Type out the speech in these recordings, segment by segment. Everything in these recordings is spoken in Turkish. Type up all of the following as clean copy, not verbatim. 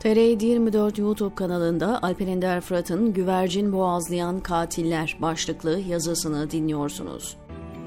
TR724 YouTube kanalında Alper Ender Fırat'ın "Güvercin Boğazlayan Katiller" başlıklı yazısını dinliyorsunuz.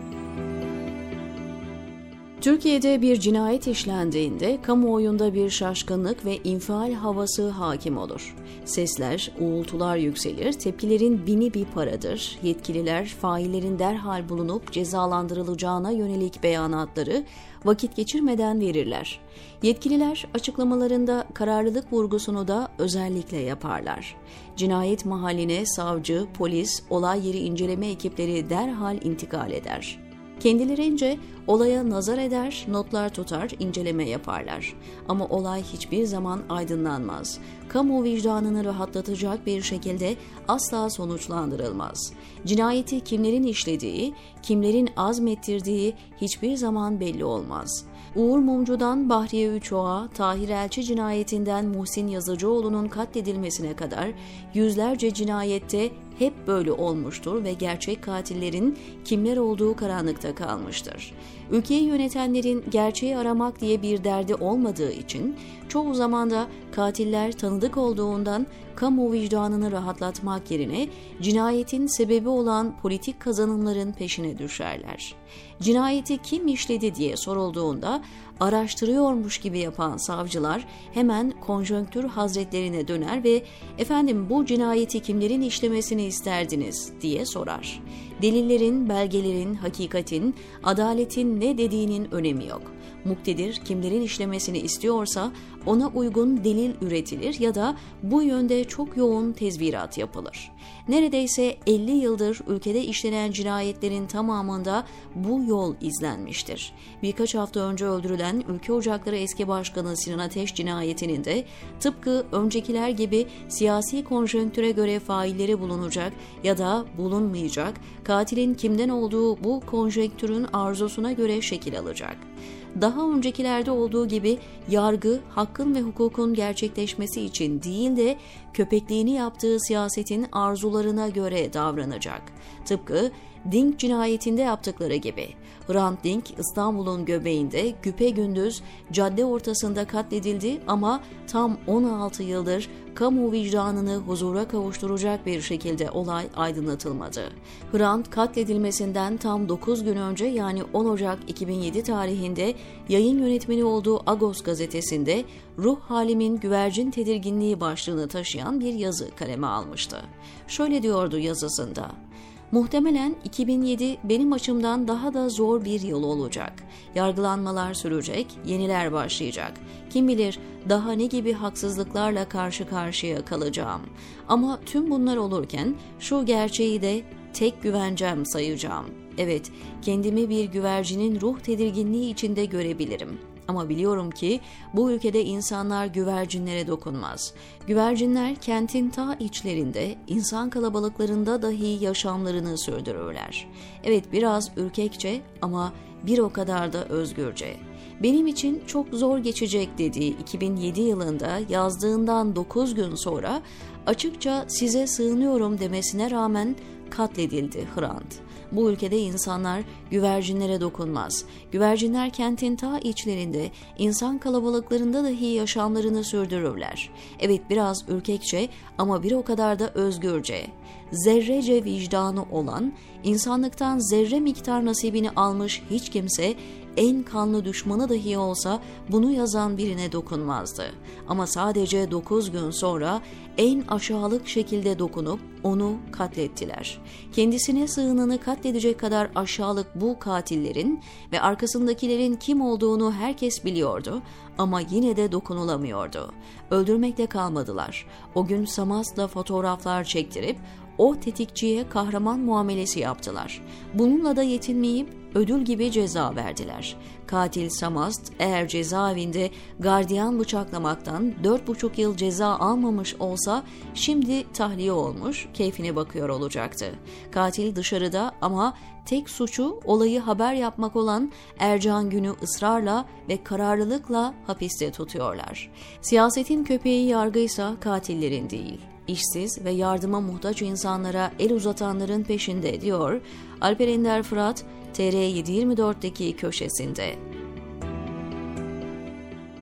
Türkiye'de bir cinayet işlendiğinde kamuoyunda bir şaşkınlık ve infial havası hakim olur. Sesler, uğultular yükselir, tepkilerin bini bir paradır. Yetkililer faillerin derhal bulunup cezalandırılacağına yönelik beyanatları vakit geçirmeden verirler. Yetkililer açıklamalarında kararlılık vurgusunu da özellikle yaparlar. Cinayet mahalline savcı, polis, olay yeri inceleme ekipleri derhal intikal eder. Kendilerince olaya nazar eder, notlar tutar, inceleme yaparlar. Ama olay hiçbir zaman aydınlanmaz. Kamu vicdanını rahatlatacak bir şekilde asla sonuçlandırılmaz. Cinayeti kimlerin işlediği, kimlerin azmettirdiği hiçbir zaman belli olmaz. Uğur Mumcu'dan Bahriye Üçoğ'a, Tahir Elçi cinayetinden Muhsin Yazıcıoğlu'nun katledilmesine kadar yüzlerce cinayette hep böyle olmuştur ve gerçek katillerin kimler olduğu karanlıkta kalmıştır. Ülkeyi yönetenlerin gerçeği aramak diye bir derdi olmadığı için çoğu zaman da katiller tanıdık olduğundan kamu vicdanını rahatlatmak yerine cinayetin sebebi olan politik kazanımların peşine düşerler. Cinayeti kim işledi diye sorulduğunda araştırıyormuş gibi yapan savcılar hemen konjonktür hazretlerine döner ve "Efendim, bu cinayeti kimlerin işlemesini isterdiniz?" diye sorar. Delillerin, belgelerin, hakikatin, adaletin ne dediğinin önemi yok. Muktedir kimlerin işlemesini istiyorsa ona uygun delil üretilir ya da bu yönde çok yoğun tezvirat yapılır. Neredeyse 50 yıldır ülkede işlenen cinayetlerin tamamında bu yol izlenmiştir. Birkaç hafta önce öldürülen Ülke Ocakları eski başkanı Sinan Ateş cinayetinin de tıpkı öncekiler gibi siyasi konjonktüre göre failleri bulunacak ya da bulunmayacak, katilin kimden olduğu bu konjonktürün arzusuna göre şekil alacak. Daha öncekilerde olduğu gibi yargı, hakkın ve hukukun gerçekleşmesi için değil de köpekliğini yaptığı siyasetin arzularına göre davranacak. Tıpkı Dink cinayetinde yaptıkları gibi. Hrant Dink İstanbul'un göbeğinde güpegündüz cadde ortasında katledildi ama tam 16 yıldır kamu vicdanını huzura kavuşturacak bir şekilde olay aydınlatılmadı. Hrant katledilmesinden tam 9 gün önce, yani 10 Ocak 2007 tarihinde yayın yönetmeni olduğu Agos gazetesinde "Ruh halimin güvercin tedirginliği" başlığını taşıyan bir yazı kaleme almıştı. Şöyle diyordu yazısında: "Muhtemelen 2007 benim açımdan daha da zor bir yıl olacak. Yargılanmalar sürecek, yeniler başlayacak. Kim bilir daha ne gibi haksızlıklarla karşı karşıya kalacağım. Ama tüm bunlar olurken şu gerçeği de tek güvencem sayacağım. Evet, kendimi bir güvercinin ruh tedirginliği içinde görebilirim. Ama biliyorum ki bu ülkede insanlar güvercinlere dokunmaz. Güvercinler kentin ta içlerinde, insan kalabalıklarında dahi yaşamlarını sürdürürler. Evet, biraz ürkekçe ama bir o kadar da özgürce. Benim için çok zor geçecek" dediği 2007 yılında yazdığından 9 gün sonra açıkça "size sığınıyorum" demesine rağmen katledildi Hrant. Bu ülkede insanlar güvercinlere dokunmaz. Güvercinler kentin ta içlerinde, insan kalabalıklarında dahi yaşamlarını sürdürürler. Evet, biraz ürkekçe ama bir o kadar da özgürce. Zerrece vicdanı olan, insanlıktan zerre miktar nasibini almış hiç kimse, en kanlı düşmanı dahi olsa bunu yazan birine dokunmazdı. Ama sadece 9 gün sonra en aşağılık şekilde dokunup onu katlettiler. Kendisine sığınanı katledecek kadar aşağılık bu katillerin ve arkasındakilerin kim olduğunu herkes biliyordu ama yine de dokunulamıyordu. Öldürmekle kalmadılar. O gün Samast'la fotoğraflar çektirip o tetikçiye kahraman muamelesi yaptılar. Bununla da yetinmeyip ödül gibi ceza verdiler. Katil Samast eğer cezaevinde gardiyan bıçaklamaktan 4,5 yıl ceza almamış olsa şimdi tahliye olmuş, keyfine bakıyor olacaktı. Katil dışarıda ama tek suçu olayı haber yapmak olan Ercan Gün'ü ısrarla ve kararlılıkla hapiste tutuyorlar. Siyasetin köpeği yargıysa katillerin değil. İşsiz ve yardıma muhtaç insanlara el uzatanların peşinde, diyor Alper Ender Fırat, TR724'deki köşesinde.